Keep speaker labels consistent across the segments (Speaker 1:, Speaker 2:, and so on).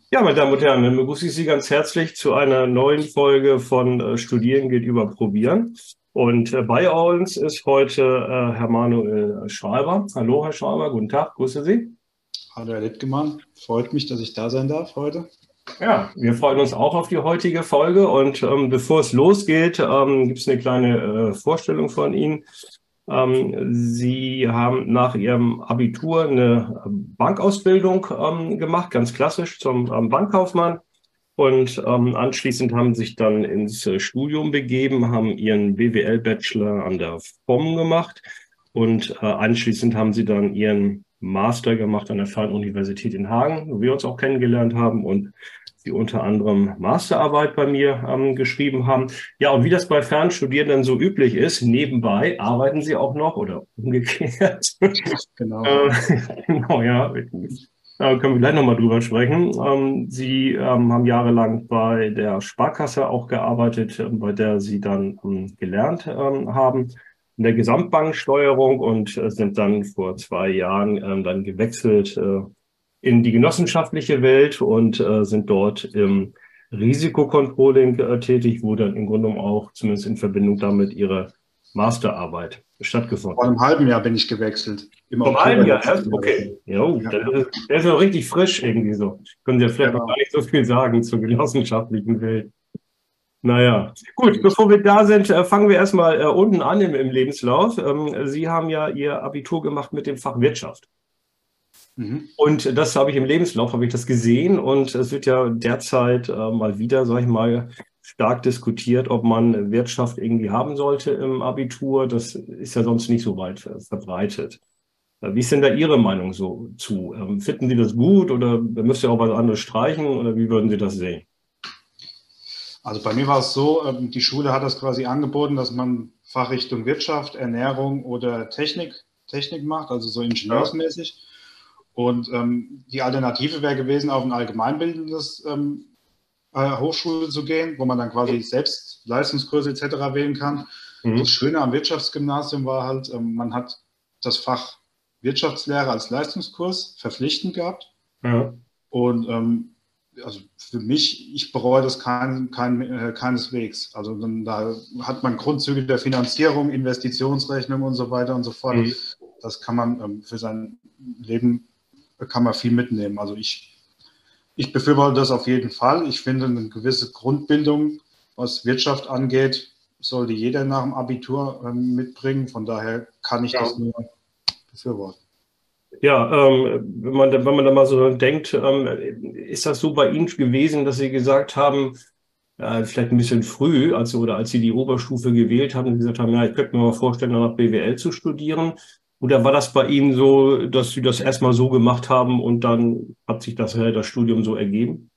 Speaker 1: Ja, meine Damen und Herren, dann begrüße ich Sie ganz herzlich zu einer neuen Folge von Studieren geht über Probieren. Und bei uns ist heute Herr Manuel Schreiber. Hallo, Herr Schreiber, guten Tag, grüße Sie.
Speaker 2: Hallo Herr Littgemann, freut mich, dass ich da sein darf heute.
Speaker 1: Ja, wir freuen uns auch auf die heutige Folge. Und bevor es losgeht, gibt es eine kleine Vorstellung von Ihnen. Sie haben nach Ihrem Abitur eine Bankausbildung gemacht, ganz klassisch zum Bankkaufmann. Und anschließend haben sich dann ins Studium begeben, haben ihren BWL-Bachelor an der FOM gemacht und anschließend haben sie dann ihren Master gemacht an der Fernuniversität in Hagen, wo wir uns auch kennengelernt haben und sie unter anderem Masterarbeit bei mir geschrieben haben. Ja, und wie das bei Fernstudierenden so üblich ist, nebenbei arbeiten sie auch noch oder umgekehrt.
Speaker 2: Genau.
Speaker 1: Äh, genau, ja. Da können wir gleich nochmal drüber sprechen. Sie haben jahrelang bei der Sparkasse auch gearbeitet, bei der Sie dann gelernt haben, in der Gesamtbanksteuerung und sind dann vor 2 Jahren dann gewechselt in die genossenschaftliche Welt und sind dort im Risikocontrolling tätig, wo dann im Grunde genommen auch zumindest in Verbindung damit Ihre Masterarbeit
Speaker 2: Vor
Speaker 1: stattgefunden.
Speaker 2: einem halben Jahr bin ich gewechselt, im
Speaker 1: Vom halben
Speaker 2: Oktober
Speaker 1: Jahr
Speaker 2: letzten
Speaker 1: erst?
Speaker 2: Jahres.
Speaker 1: Okay. Jo,
Speaker 2: Ja,
Speaker 1: der ist noch richtig frisch irgendwie so. Können Sie ja vielleicht noch gar
Speaker 2: genau.
Speaker 1: nicht so viel sagen zur genossenschaftlichen Welt. Naja, gut, bevor wir da sind, fangen wir erstmal unten an im Lebenslauf. Sie haben ja Ihr Abitur gemacht mit dem Fach Wirtschaft.
Speaker 2: Mhm.
Speaker 1: Und das habe ich im Lebenslauf, habe ich das gesehen. Und es wird ja derzeit mal wieder, sage ich mal, stark diskutiert, ob man Wirtschaft irgendwie haben sollte im Abitur. Das ist ja sonst nicht so weit verbreitet. Wie ist denn da Ihre Meinung so zu? Finden Sie das gut oder müsst ihr auch was anderes streichen oder wie würden Sie das sehen?
Speaker 2: Also bei mir war es so, die Schule hat das quasi angeboten, dass man Fachrichtung Wirtschaft, Ernährung oder Technik macht, also so
Speaker 1: Ja.
Speaker 2: ingenieursmäßig. Und die Alternative wäre gewesen, auf ein allgemeinbildendes Hochschule zu gehen, wo man dann quasi selbst Leistungskurse etc. wählen kann. Das
Speaker 1: Mhm.
Speaker 2: Schöne am Wirtschaftsgymnasium war halt, man hat das Fach Wirtschaftslehre als Leistungskurs verpflichtend gehabt.
Speaker 1: Ja.
Speaker 2: Und also für mich, ich bereue das keineswegs. Also dann, da hat man Grundzüge der Finanzierung, Investitionsrechnung und so weiter und so fort.
Speaker 1: Mhm.
Speaker 2: Das kann man für sein Leben kann man viel mitnehmen. Also ich befürworte das auf jeden Fall. Ich finde, eine gewisse Grundbildung, was Wirtschaft angeht, sollte jeder nach dem Abitur mitbringen. Von daher kann ich
Speaker 1: Ja.
Speaker 2: das nur befürworten.
Speaker 1: Ja, wenn man da mal so denkt, ist das so bei Ihnen gewesen, dass Sie gesagt haben, vielleicht ein bisschen früh, als Sie die Oberstufe gewählt haben, und gesagt haben, ja, ich könnte mir mal vorstellen, danach BWL zu studieren? Oder war das bei Ihnen so, dass Sie das erstmal so gemacht haben und dann hat sich das Studium so ergeben?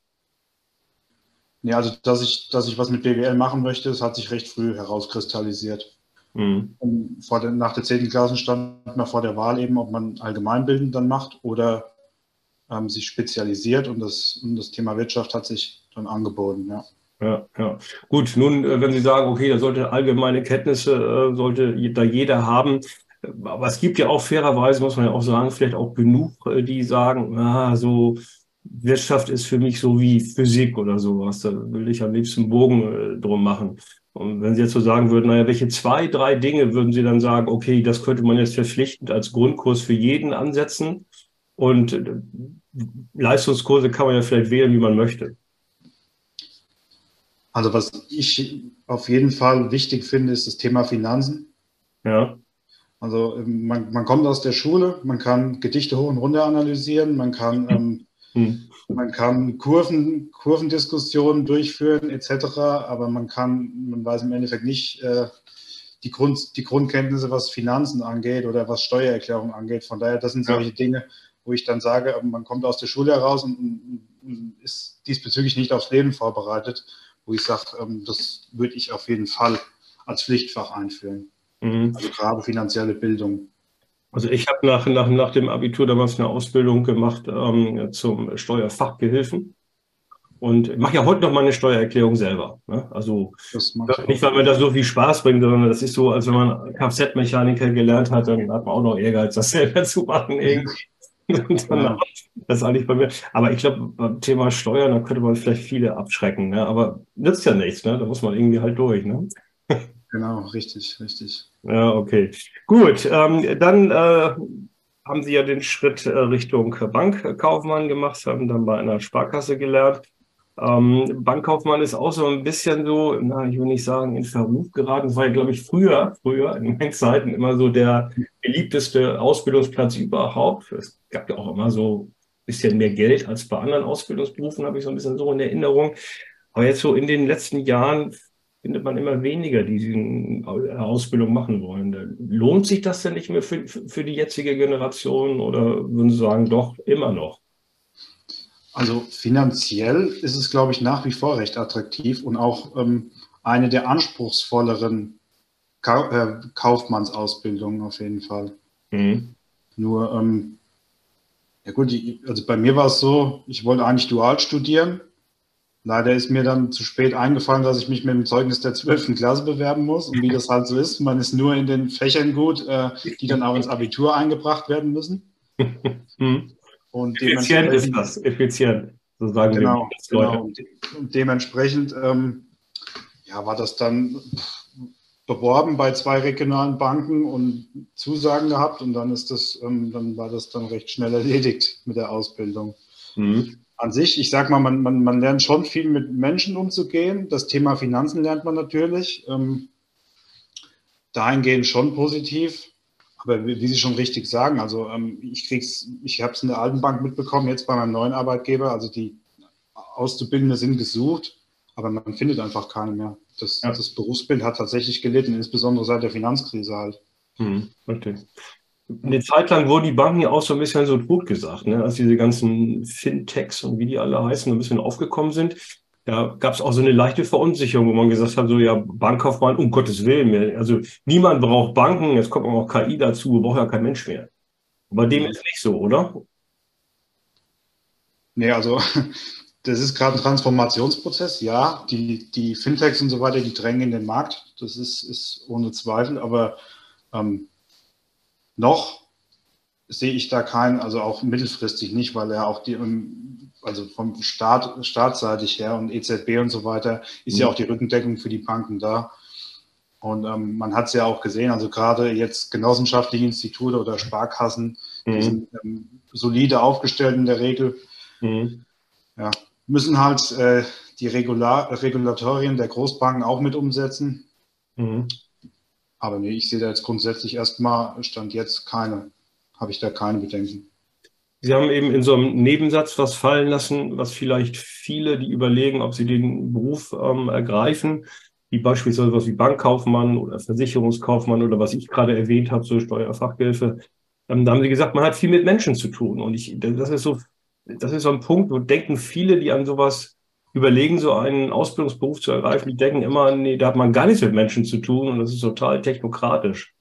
Speaker 2: Ja, also dass ich was mit BWL machen möchte, das hat sich recht früh herauskristallisiert.
Speaker 1: Mhm.
Speaker 2: Nach der 10. Klasse stand man vor der Wahl eben, ob man allgemeinbildend dann macht oder sich spezialisiert und das Thema Wirtschaft hat sich dann angeboten, ja.
Speaker 1: Ja, ja. Gut, nun, wenn Sie sagen, okay, da sollte allgemeine Kenntnisse, da jeder haben. Aber es gibt ja auch fairerweise, muss man ja auch sagen, vielleicht auch genug, die sagen, so Wirtschaft ist für mich so wie Physik oder sowas. Da will ich am liebsten einen Bogen, drum machen. Und wenn Sie jetzt so sagen würden, naja, welche 2, 3 Dinge würden Sie dann sagen, okay, das könnte man jetzt verpflichtend als Grundkurs für jeden ansetzen und Leistungskurse kann man ja vielleicht wählen, wie man möchte.
Speaker 2: Also was ich auf jeden Fall wichtig finde, ist das Thema Finanzen.
Speaker 1: Ja.
Speaker 2: Also man kommt aus der Schule, man kann Gedichte hoch und runter analysieren,
Speaker 1: Hm.
Speaker 2: man kann Kurvendiskussionen durchführen etc., aber man weiß im Endeffekt nicht die Grundkenntnisse, was Finanzen angeht oder was Steuererklärung angeht. Von daher, das sind
Speaker 1: Ja.
Speaker 2: solche Dinge, wo ich dann sage, man kommt aus der Schule heraus und ist diesbezüglich nicht aufs Leben vorbereitet, wo ich sage, das würde ich auf jeden Fall als Pflichtfach einführen.
Speaker 1: Mhm.
Speaker 2: Also gerade finanzielle Bildung.
Speaker 1: Also ich habe nach dem Abitur damals eine Ausbildung gemacht zum Steuerfachgehilfen und mache ja heute noch meine Steuererklärung selber. Ne? Also
Speaker 2: Das mache ich
Speaker 1: nicht,
Speaker 2: auch.
Speaker 1: weil mir das so viel Spaß bringt, sondern das ist so, als wenn man Kfz-Mechaniker gelernt hat, dann hat man auch noch Ehrgeiz, das selber zu machen. Irgendwie. Dann,
Speaker 2: Genau.
Speaker 1: das ist eigentlich bei mir. Aber ich glaube, beim Thema Steuern, da könnte man vielleicht viele abschrecken, ne? Aber nützt ja nichts, ne? Da muss man irgendwie halt durch, ne?
Speaker 2: Genau, richtig, richtig.
Speaker 1: Ja, okay. Gut, dann haben Sie ja den Schritt Richtung Bankkaufmann gemacht, haben dann bei einer Sparkasse gelernt. Bankkaufmann ist auch so ein bisschen so, na, ich will nicht sagen, in Verruf geraten. Das war ja, glaube ich, früher in meinen Zeiten immer so der beliebteste Ausbildungsplatz überhaupt. Es gab ja auch immer so ein bisschen mehr Geld als bei anderen Ausbildungsberufen, habe ich so ein bisschen so in Erinnerung. Aber jetzt so in den letzten Jahren findet man immer weniger, die diese Ausbildung machen wollen. Lohnt sich das denn nicht mehr für die jetzige Generation oder würden Sie sagen, doch, immer noch?
Speaker 2: Also finanziell ist es, glaube ich, nach wie vor recht attraktiv und auch eine der anspruchsvolleren Kaufmannsausbildungen auf jeden Fall.
Speaker 1: Mhm.
Speaker 2: Nur, ja gut, also bei mir war es so, ich wollte eigentlich dual studieren. Leider ist mir dann zu spät eingefallen, dass ich mich mit dem Zeugnis der 12. Klasse bewerben muss. Und wie das halt so ist, man ist nur in den Fächern gut, die dann auch ins Abitur eingebracht werden müssen.
Speaker 1: Mhm.
Speaker 2: Und
Speaker 1: Effizient ist
Speaker 2: dementsprechend,
Speaker 1: das, effizient, so sagen wir
Speaker 2: genau,
Speaker 1: Leute.
Speaker 2: genau. Und dementsprechend ja, war das dann beworben bei 2 regionalen Banken und Zusagen gehabt. Und dann dann war das dann recht schnell erledigt mit der Ausbildung.
Speaker 1: Mhm.
Speaker 2: An sich, ich sag mal, man lernt schon viel mit Menschen umzugehen. Das Thema Finanzen lernt man natürlich. Dahingehend schon positiv. Aber wie Sie schon richtig sagen, also ich habe es in der alten Bank mitbekommen, jetzt bei meinem neuen Arbeitgeber, also die Auszubildende sind gesucht, aber man findet einfach keine mehr.
Speaker 1: Ja.
Speaker 2: Das Berufsbild hat tatsächlich gelitten, insbesondere seit der Finanzkrise halt.
Speaker 1: Mhm. Richtig. Eine Zeit lang wurden die Banken ja auch so ein bisschen so totgesagt, ne? Als diese ganzen Fintechs und wie die alle heißen, ein bisschen aufgekommen sind. Da gab es auch so eine leichte Verunsicherung, wo man gesagt hat, so ja, Bankkaufmann, um Gottes Willen, also niemand braucht Banken, jetzt kommt auch noch KI dazu, braucht ja kein Mensch mehr. Bei dem
Speaker 2: Mhm.
Speaker 1: ist nicht so, oder?
Speaker 2: Nee, also das ist gerade ein Transformationsprozess. Ja, die Fintechs und so weiter, die drängen in den Markt. Das ist ohne Zweifel, aber ähm, noch sehe ich da keinen, also auch mittelfristig nicht, weil ja auch also vom staatsseitig her und EZB und so weiter, ist ja
Speaker 1: Mhm.
Speaker 2: auch die Rückendeckung für die Banken da. Und man hat es ja auch gesehen, also gerade jetzt genossenschaftliche Institute oder Sparkassen, die
Speaker 1: Mhm.
Speaker 2: sind solide aufgestellt in der Regel,
Speaker 1: Mhm.
Speaker 2: ja, müssen halt die Regulatorien der Großbanken auch mit umsetzen.
Speaker 1: Mhm.
Speaker 2: Aber nee, ich sehe da jetzt grundsätzlich erstmal, Stand jetzt habe ich da keine Bedenken.
Speaker 1: Sie haben eben in so einem Nebensatz was fallen lassen, was vielleicht viele, die überlegen, ob sie den Beruf ergreifen, wie beispielsweise was wie Bankkaufmann oder Versicherungskaufmann oder was ich gerade erwähnt habe, so Steuerfachhilfe. Da haben Sie gesagt, man hat viel mit Menschen zu tun. Und das ist so ein Punkt, wo denken viele, die an sowas überlegen, so einen Ausbildungsberuf zu ergreifen, die denken immer, nee, da hat man gar nichts mit Menschen zu tun und das ist total technokratisch.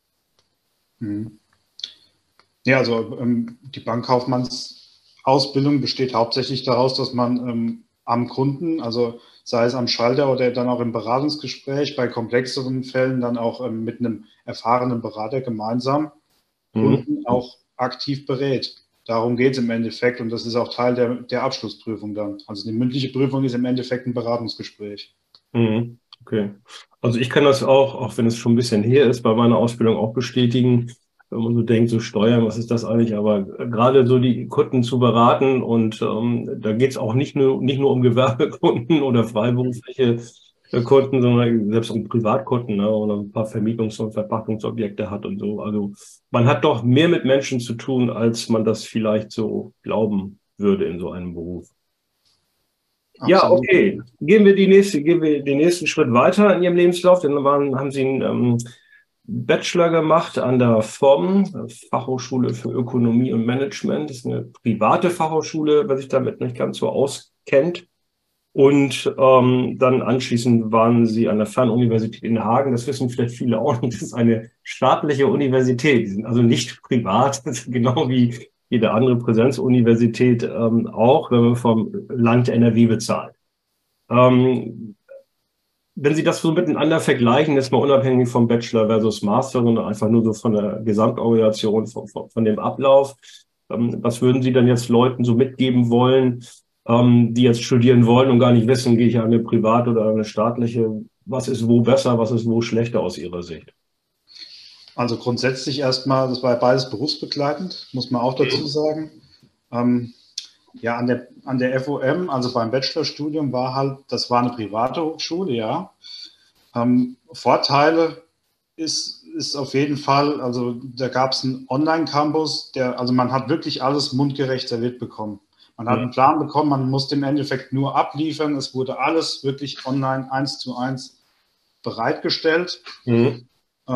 Speaker 2: Mhm. Ja, also die Bankkaufmannsausbildung besteht hauptsächlich daraus, dass man am Kunden, also sei es am Schalter oder dann auch im Beratungsgespräch, bei komplexeren Fällen dann auch mit einem erfahrenen Berater gemeinsam
Speaker 1: Mhm.
Speaker 2: Kunden auch aktiv berät. Darum geht es im Endeffekt und das ist auch Teil der Abschlussprüfung dann. Also die mündliche Prüfung ist im Endeffekt ein Beratungsgespräch.
Speaker 1: Mhm. Okay. Also ich kann das auch wenn es schon ein bisschen her ist, bei meiner Ausbildung auch bestätigen, wenn man so denkt, so Steuern, was ist das eigentlich? Aber gerade so die Kunden zu beraten und da geht es auch nicht nur um Gewerbekunden oder freiberufliche Kunden, sondern selbst um Privatkunden, ne, oder ein paar Vermietungs- und Verpachtungsobjekte hat und so. Also man hat doch mehr mit Menschen zu tun, als man das vielleicht so glauben würde in so einem Beruf. Ja,
Speaker 2: Absolut.
Speaker 1: okay. Gehen wir den nächsten Schritt weiter in Ihrem Lebenslauf. Haben Sie einen Bachelor gemacht an der FOM, Fachhochschule für Ökonomie und Management. Das ist eine private Fachhochschule, wer sich damit nicht ganz so auskennt. Und dann anschließend waren Sie an der Fernuniversität in Hagen. Das wissen vielleicht viele auch nicht. Das ist eine staatliche Universität. Die sind also nicht privat, genau wie jede andere Präsenzuniversität auch, wenn man vom Land NRW bezahlt. Ähm, Wenn Sie das so miteinander vergleichen, jetzt mal unabhängig vom Bachelor versus Master, sondern einfach nur so von der Gesamtorganisation, von dem Ablauf, Was würden Sie dann jetzt Leuten so mitgeben wollen, die jetzt studieren wollen und gar nicht wissen, gehe ich an eine private oder eine staatliche? Was ist wo besser, was ist wo schlechter aus Ihrer Sicht?
Speaker 2: Also grundsätzlich erstmal, das war ja beides berufsbegleitend, muss man auch dazu sagen. Ähm, ja, an der FOM, also beim Bachelorstudium das war eine private Hochschule, ja. Vorteile ist auf jeden Fall, also da gab es einen Online-Campus, also man hat wirklich alles mundgerecht serviert bekommen. Man hat einen Plan bekommen, man musste im Endeffekt nur abliefern. Es wurde alles wirklich online 1:1 bereitgestellt.
Speaker 1: Mhm.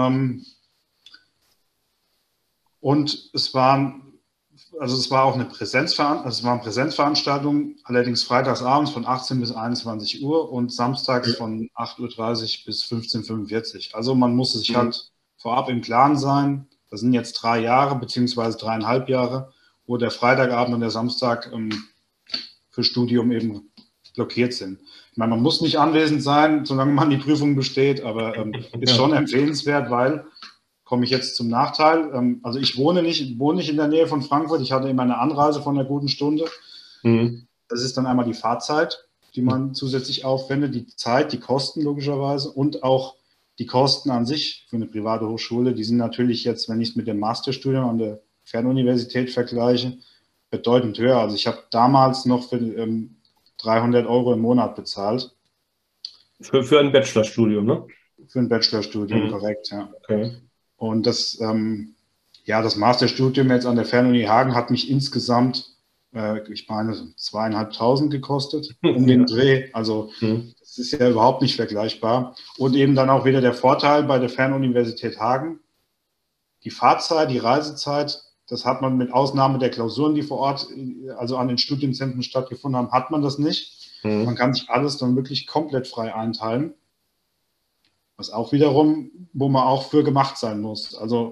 Speaker 2: Und es war auch eine Präsenzveranstaltung, allerdings freitagsabends von 18 bis 21 Uhr und samstags von 8:30 Uhr bis 15:45 Uhr. Also man musste sich halt vorab im Klaren sein, das sind jetzt 3 Jahre beziehungsweise 3,5 Jahre, wo der Freitagabend und der Samstag für Studium eben blockiert sind. Ich meine, man muss nicht anwesend sein, solange man die Prüfung besteht, aber ist schon empfehlenswert, weil, komme ich jetzt zum Nachteil, also ich wohne nicht in der Nähe von Frankfurt, ich hatte immer eine Anreise von einer guten Stunde. Das ist dann einmal die Fahrzeit, die man zusätzlich aufwendet, die Zeit, die Kosten logischerweise und auch die Kosten an sich für eine private Hochschule, die sind natürlich jetzt, wenn ich es mit dem Masterstudium an der Fernuniversität vergleiche, bedeutend höher. Also ich habe damals noch für 300 € im Monat bezahlt.
Speaker 1: Für ein Bachelorstudium, ne?
Speaker 2: Für ein Bachelorstudium, korrekt, ja.
Speaker 1: Okay.
Speaker 2: Und das Masterstudium jetzt an der Fernuni Hagen hat mich insgesamt, ich meine, 2.500 gekostet um den Dreh. Also das ist ja überhaupt nicht vergleichbar. Und eben dann auch wieder der Vorteil bei der Fernuniversität Hagen, die Fahrzeit, die Reisezeit, das hat man mit Ausnahme der Klausuren, die vor Ort, also an den Studienzentren stattgefunden haben, hat man das nicht. Man kann sich alles dann wirklich komplett frei einteilen. Was auch wiederum, wo man auch für gemacht sein muss. Also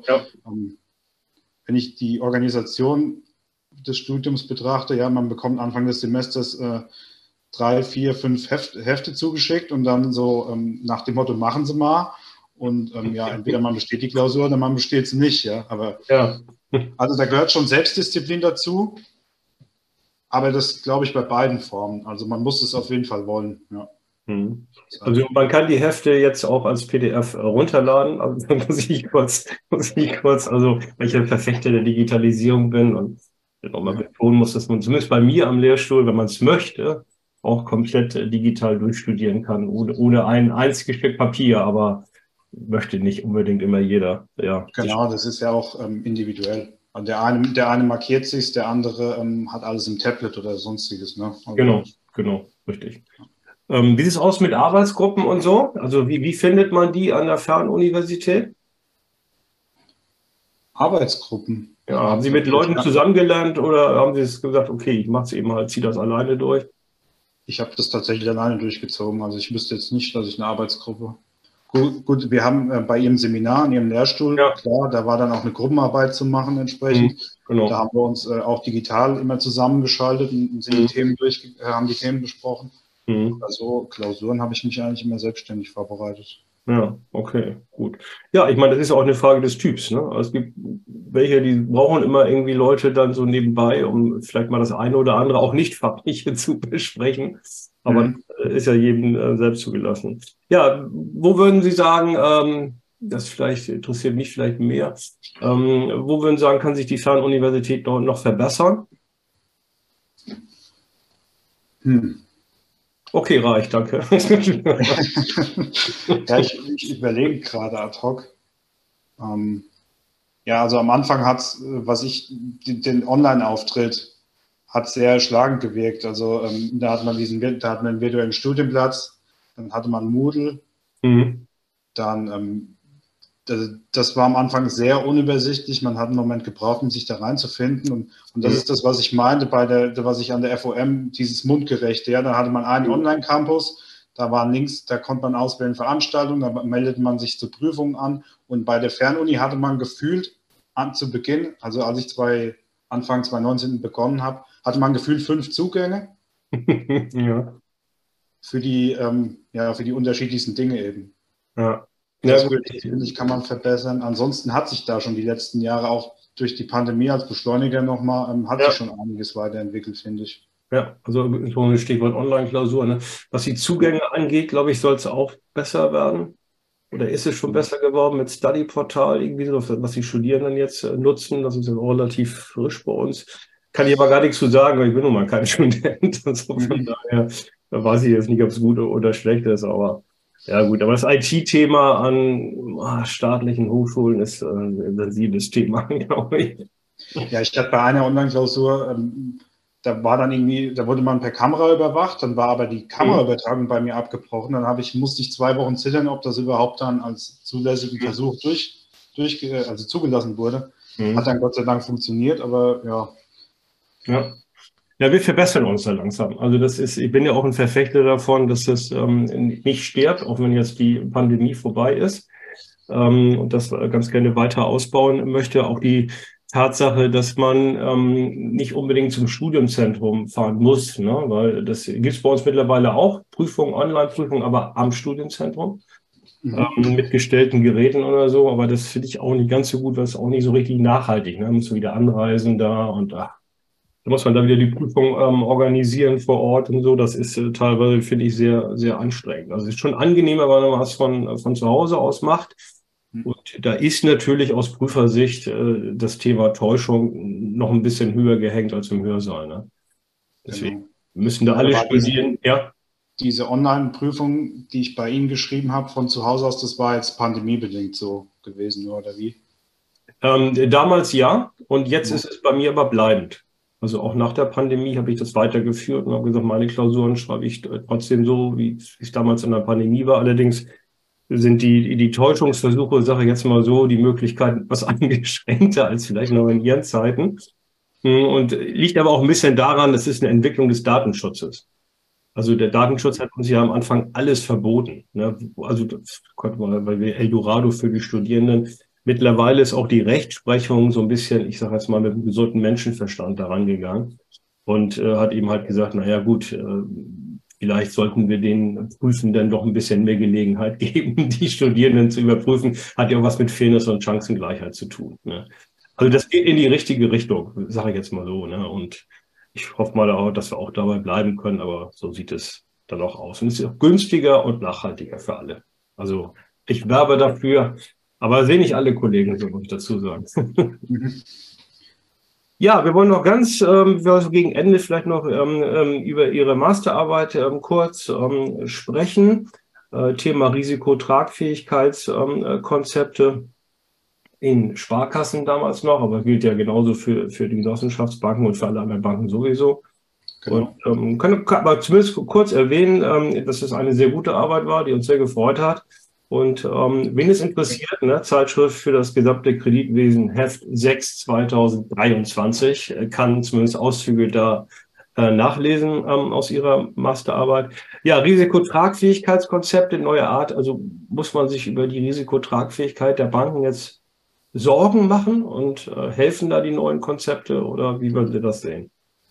Speaker 2: wenn ich die Organisation des Studiums betrachte, ja, man bekommt Anfang des Semesters 3, 4, 5 Hefte zugeschickt und dann so nach dem Motto, machen Sie mal. Und entweder man besteht die Klausur oder man besteht sie nicht. Ja, aber also da gehört schon Selbstdisziplin dazu. Aber das glaube ich bei beiden Formen. Also man muss es auf jeden Fall wollen. Ja.
Speaker 1: Also man kann die Hefte jetzt auch als PDF runterladen. Also da muss ich kurz, also weil ich ein Verfechter der Digitalisierung bin und nochmal betonen muss, dass man zumindest bei mir am Lehrstuhl, wenn man es möchte, auch komplett digital durchstudieren kann, ohne ein einziges Stück Papier, aber möchte nicht unbedingt immer jeder. Ja.
Speaker 2: Genau, das ist ja auch individuell. Der eine markiert sich, der andere hat alles im Tablet oder sonstiges. Ne? Also,
Speaker 1: genau, richtig. Wie sieht es aus mit Arbeitsgruppen und so? Also wie findet man die an der Fernuniversität?
Speaker 2: Arbeitsgruppen.
Speaker 1: Ja, haben Sie mit Leuten zusammengelernt oder haben Sie es gesagt, okay, ich mache es eben halt, ziehe das alleine durch?
Speaker 2: Ich habe das tatsächlich alleine durchgezogen. Also ich wüsste jetzt nicht, dass ich eine Arbeitsgruppe. Gut, wir haben bei Ihrem Seminar, in Ihrem Lehrstuhl, klar, da war dann auch eine Gruppenarbeit zu machen entsprechend.
Speaker 1: Genau.
Speaker 2: Da haben wir uns auch digital immer zusammengeschaltet und sind haben die Themen besprochen. Also Klausuren habe ich mich eigentlich immer selbstständig vorbereitet.
Speaker 1: Ja, okay, gut. Ja, ich meine, das ist auch eine Frage des Typs, ne? Also es gibt welche, die brauchen immer irgendwie Leute dann so nebenbei, um vielleicht mal das eine oder andere auch nicht fachliche zu besprechen. Aber das ist ja jedem selbst zugelassen. Ja, wo würden Sie sagen, das vielleicht interessiert mich vielleicht mehr, wo würden Sie sagen, kann sich die Fernuniversität dort noch verbessern? Okay, reicht, danke.
Speaker 2: Ja, ich überlege gerade ad hoc. Ja, also am Anfang hat es, den Online-Auftritt hat sehr erschlagend gewirkt. Also da hat man einen virtuellen Studienplatz, dann hatte man Moodle, dann das war am Anfang sehr unübersichtlich. Man hat einen Moment gebraucht, um sich da reinzufinden. Und das ist das, was ich meinte was ich an der FOM, dieses Mundgerechte. Ja, da hatte man einen Online-Campus, da waren Links, da konnte man auswählen Veranstaltungen, da meldete man sich zur Prüfung an. Und bei der Fernuni hatte man gefühlt zu Beginn, also als ich Anfang 2019 begonnen habe, hatte man gefühlt 5 Zugänge für die unterschiedlichsten Dinge eben.
Speaker 1: Ja. Ja,
Speaker 2: Das
Speaker 1: gut.
Speaker 2: finde ich, kann man verbessern. Ansonsten hat sich da schon die letzten Jahre auch durch die Pandemie als Beschleuniger nochmal, hat sich
Speaker 1: Ja,
Speaker 2: schon einiges weiterentwickelt, finde ich.
Speaker 1: ja, also so ein Stichwort Online-Klausur. Ne? Was die Zugänge angeht, glaube ich, soll es auch besser werden. Oder ist es schon besser geworden mit Study-Portal, irgendwie so, was die Studierenden jetzt nutzen? Das ist ja relativ frisch bei uns. Kann ich aber gar nichts zu sagen, weil ich bin nun mal kein Student. Also von
Speaker 2: Mhm.
Speaker 1: daher weiß ich jetzt nicht, ob es gut oder schlecht ist. Aber ja gut, aber das IT-Thema an staatlichen Hochschulen ist ein sensibles Thema, glaube ich.
Speaker 2: Ja, ich hatte bei einer Online-Klausur, da war dann irgendwie, da wurde man per Kamera überwacht, dann war aber die
Speaker 1: Mhm.
Speaker 2: Kameraübertragung bei mir abgebrochen. Dann musste ich 2 Wochen zittern, ob das überhaupt dann als zulässigen Versuch also zugelassen wurde. Hat
Speaker 1: Mhm.
Speaker 2: dann Gott sei Dank funktioniert, aber ja.
Speaker 1: Ja. Ja, wir verbessern uns da langsam. Also das ist, ich bin ja auch ein Verfechter davon, dass das nicht stirbt, auch wenn jetzt die Pandemie vorbei ist. Und das ganz gerne weiter ausbauen möchte. Auch die Tatsache, dass man nicht unbedingt zum Studienzentrum fahren muss, ne? Weil das gibt es bei uns mittlerweile auch, Prüfungen, Online-Prüfungen, aber am Studienzentrum
Speaker 2: Mhm.
Speaker 1: mit gestellten Geräten oder so. Aber das finde ich auch nicht ganz so gut, weil es auch nicht so richtig nachhaltig. Ne? Man muss wieder anreisen da und da muss man dann wieder die Prüfung organisieren vor Ort und so. Das ist teilweise, finde ich, sehr, sehr anstrengend. Also es ist schon angenehmer, wenn man was von zu Hause aus macht. Und da ist natürlich aus Prüfersicht das Thema Täuschung noch ein bisschen höher gehängt als im Hörsaal. Ne? Deswegen
Speaker 2: Genau.
Speaker 1: müssen da
Speaker 2: Ja, da
Speaker 1: alle
Speaker 2: war
Speaker 1: studieren. Ja,
Speaker 2: diese Online-Prüfung, die ich bei Ihnen geschrieben habe von zu Hause aus, das war jetzt pandemiebedingt so gewesen, oder wie?
Speaker 1: damals ja. Und jetzt
Speaker 2: Ja.
Speaker 1: ist es bei mir aber bleibend. Also auch nach der Pandemie habe ich das weitergeführt und habe gesagt, meine Klausuren schreibe ich trotzdem so, wie es damals in der Pandemie war. Allerdings sind die Täuschungsversuche, sage ich jetzt mal so, die Möglichkeiten etwas eingeschränkter als vielleicht noch in ihren Zeiten. Und liegt aber auch ein bisschen daran, das ist eine Entwicklung des Datenschutzes. Also der Datenschutz hat uns ja am Anfang alles verboten. Ne? Also das konnte man, weil wir Eldorado für die Studierenden. Mittlerweile ist auch die Rechtsprechung so ein bisschen, ich sage jetzt mal, mit einem gesunden Menschenverstand daran gegangen und hat eben halt gesagt, naja gut, vielleicht sollten wir den Prüfenden doch ein bisschen mehr Gelegenheit geben, die Studierenden zu überprüfen. Hat ja auch was mit Fairness und Chancengleichheit zu tun. Ne? Also
Speaker 2: Genau.
Speaker 1: das geht in die richtige Richtung, sage ich jetzt mal so. Ne? Und ich hoffe mal auch, dass wir auch dabei bleiben können, aber so sieht es dann auch aus. Und es ist auch günstiger und nachhaltiger für alle. Also ich werbe dafür, aber sehen nicht alle Kollegen, so muss ich dazu sagen.
Speaker 2: Mhm.
Speaker 1: Ja, wir wollen noch ganz so gegen Ende vielleicht noch über Ihre Masterarbeit kurz sprechen. Thema Risikotragfähigkeitskonzepte in Sparkassen damals noch, aber gilt ja genauso für die Genossenschaftsbanken und für alle anderen Banken sowieso. Und
Speaker 2: Genau.
Speaker 1: kann aber zumindest kurz erwähnen, dass es eine sehr gute Arbeit war, die uns sehr gefreut hat. Und wen es interessiert, ne, Zeitschrift für das gesamte Kreditwesen, Heft 6 2023, kann zumindest Auszüge da nachlesen aus ihrer Masterarbeit. Ja, Risikotragfähigkeitskonzepte, neue Art. Also muss man sich über die Risikotragfähigkeit der Banken jetzt Sorgen machen und helfen da die neuen Konzepte oder wie würden Sie das sehen?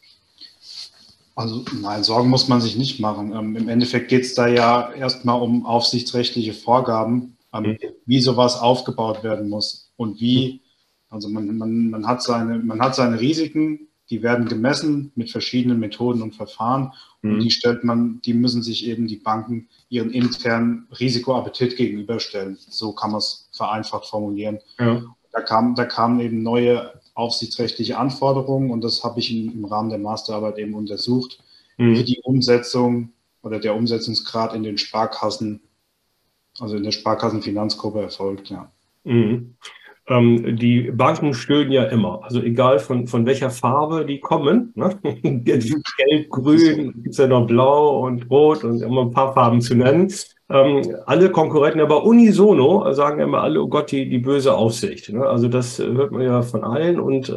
Speaker 2: Also nein, Sorgen muss man sich nicht machen. Im Endeffekt geht es da ja erstmal um aufsichtsrechtliche Vorgaben, wie sowas aufgebaut werden muss und wie, also man hat seine Risiken, die werden gemessen mit verschiedenen Methoden und Verfahren und
Speaker 1: Mhm.
Speaker 2: die müssen sich eben die Banken ihren internen Risikoappetit gegenüberstellen. So kann man es vereinfacht formulieren.
Speaker 1: Ja.
Speaker 2: Da kamen eben neue aufsichtsrechtliche Anforderungen und das habe ich im Rahmen der Masterarbeit eben untersucht, wie
Speaker 1: Mhm.
Speaker 2: die Umsetzung oder der Umsetzungsgrad in den Sparkassen, also in der Sparkassenfinanzgruppe erfolgt. Ja.
Speaker 1: Mhm. Die Banken stöhnen ja immer, also egal von welcher Farbe die kommen. Ne? Gelb,
Speaker 2: So.
Speaker 1: grün, gibt es ja noch blau und rot und immer ein paar Farben zu nennen. Alle Konkurrenten, aber unisono sagen immer alle, oh Gott, die böse Aufsicht. Ne? Also das hört man ja von allen. Und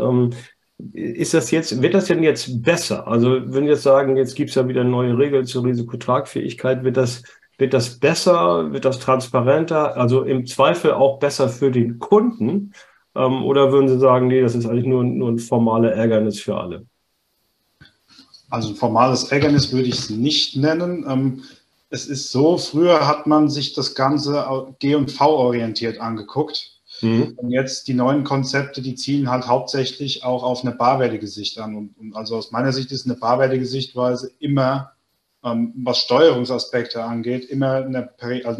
Speaker 1: wird das denn jetzt besser? Also wenn wir jetzt sagen, jetzt gibt es ja wieder neue Regeln zur Risikotragfähigkeit, wird das besser? Wird das transparenter? Also im Zweifel auch besser für den Kunden? Oder würden Sie sagen, nee, das ist eigentlich nur ein formaler Ärgernis für alle?
Speaker 2: Also ein formales Ärgernis würde ich es nicht nennen. Es ist so, früher hat man sich das Ganze G&V-orientiert angeguckt. Und jetzt die neuen Konzepte, die zielen halt hauptsächlich auch auf eine barwertige Sicht an. Und also aus meiner Sicht ist eine barwertige Sichtweise immer, was Steuerungsaspekte angeht, immer eine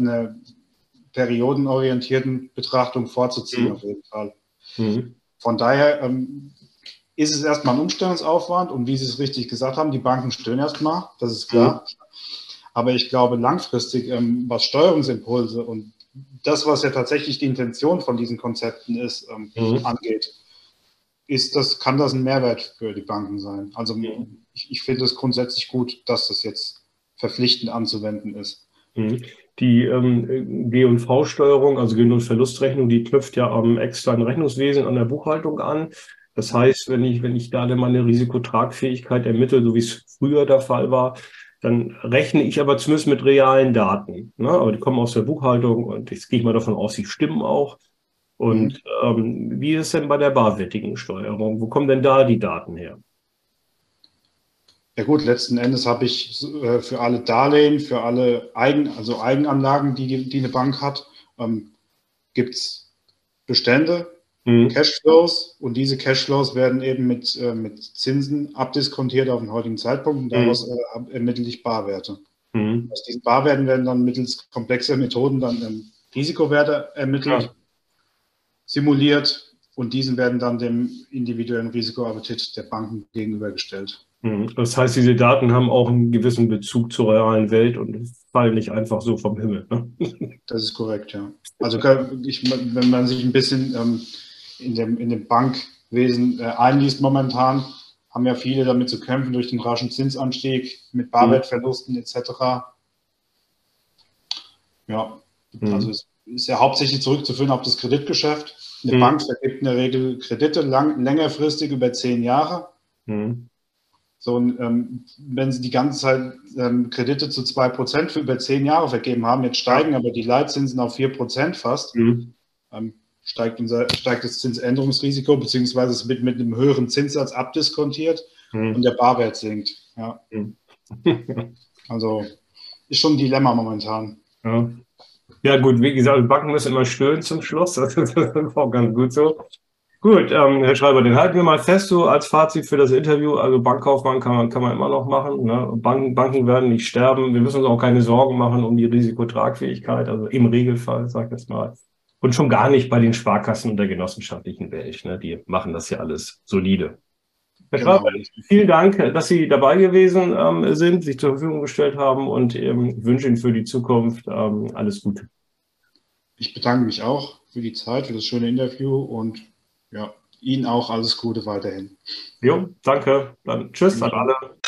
Speaker 2: periodenorientierten Betrachtung vorzuziehen, auf jeden Fall. Von daher ist es erstmal ein Umstellungsaufwand und wie Sie es richtig gesagt haben, die Banken stören erstmal, das ist klar. Aber ich glaube, langfristig, was Steuerungsimpulse und das, was ja tatsächlich die Intention von diesen Konzepten ist, angeht, kann das ein Mehrwert für die Banken sein. Also ich finde es grundsätzlich gut, dass das jetzt verpflichtend anzuwenden ist.
Speaker 1: Die G&V-Steuerung, also Gewinn- und Verlustrechnung, die knüpft ja am externen Rechnungswesen an der Buchhaltung an. Das heißt, wenn ich da meine Risikotragfähigkeit ermittle, so wie es früher der Fall war, dann rechne ich aber zumindest mit realen Daten. Ne? Aber die kommen aus der Buchhaltung und jetzt gehe ich mal davon aus, sie stimmen auch. Und wie ist es denn bei der barwertigen Steuerung? Wo kommen denn da die Daten her?
Speaker 2: Ja gut, letzten Endes habe ich für alle Darlehen, für alle Eigenanlagen, die eine Bank hat, gibt es Bestände, Cashflows, und diese Cashflows werden eben mit Zinsen abdiskontiert auf den heutigen Zeitpunkt und daraus ermittle ich Barwerte. Aus diesen Barwerten werden dann mittels komplexer Methoden dann Risikowerte ermittelt, simuliert, und diesen werden dann dem individuellen Risikoappetit der Banken gegenübergestellt.
Speaker 1: Das heißt, diese Daten haben auch einen gewissen Bezug zur realen Welt und fallen nicht einfach so vom Himmel. Ne?
Speaker 2: Das ist korrekt, ja. Also wenn man sich ein bisschen in dem Bankwesen einliest momentan, haben ja viele damit zu kämpfen durch den raschen Zinsanstieg mit Barwertverlusten etc. Ja, also es ist ja hauptsächlich zurückzuführen auf das Kreditgeschäft. Eine Bank vergibt in der Regel Kredite längerfristig über 10 Jahre. So, und wenn Sie die ganze Zeit Kredite zu 2% für über 10 Jahre vergeben haben, jetzt steigen aber die Leitzinsen auf 4% fast, steigt das Zinsänderungsrisiko, beziehungsweise es wird mit einem höheren Zinssatz abdiskontiert und der Barwert sinkt. Ja. Also ist schon ein Dilemma momentan.
Speaker 1: Ja gut, wie gesagt, Banken müssen immer stöhnen zum Schluss. Das ist auch ganz gut so. Gut, Herr Schreiber, den halten wir mal fest, so als Fazit für das Interview. Also Bankkaufmann kann man immer noch machen. Ne? Banken werden nicht sterben. Wir müssen uns auch keine Sorgen machen um die Risikotragfähigkeit, also im Regelfall, sag ich jetzt mal. Und schon gar nicht bei den Sparkassen und der genossenschaftlichen Welt. Ne? Die machen das ja alles solide. Herr Schreiber, vielen Dank, dass Sie dabei gewesen sind, sich zur Verfügung gestellt haben, und wünsche Ihnen für die Zukunft alles Gute.
Speaker 2: Ich bedanke mich auch für die Zeit, für das schöne Interview, und ja, Ihnen auch alles Gute weiterhin.
Speaker 1: Jo, danke. Dann tschüss an alle.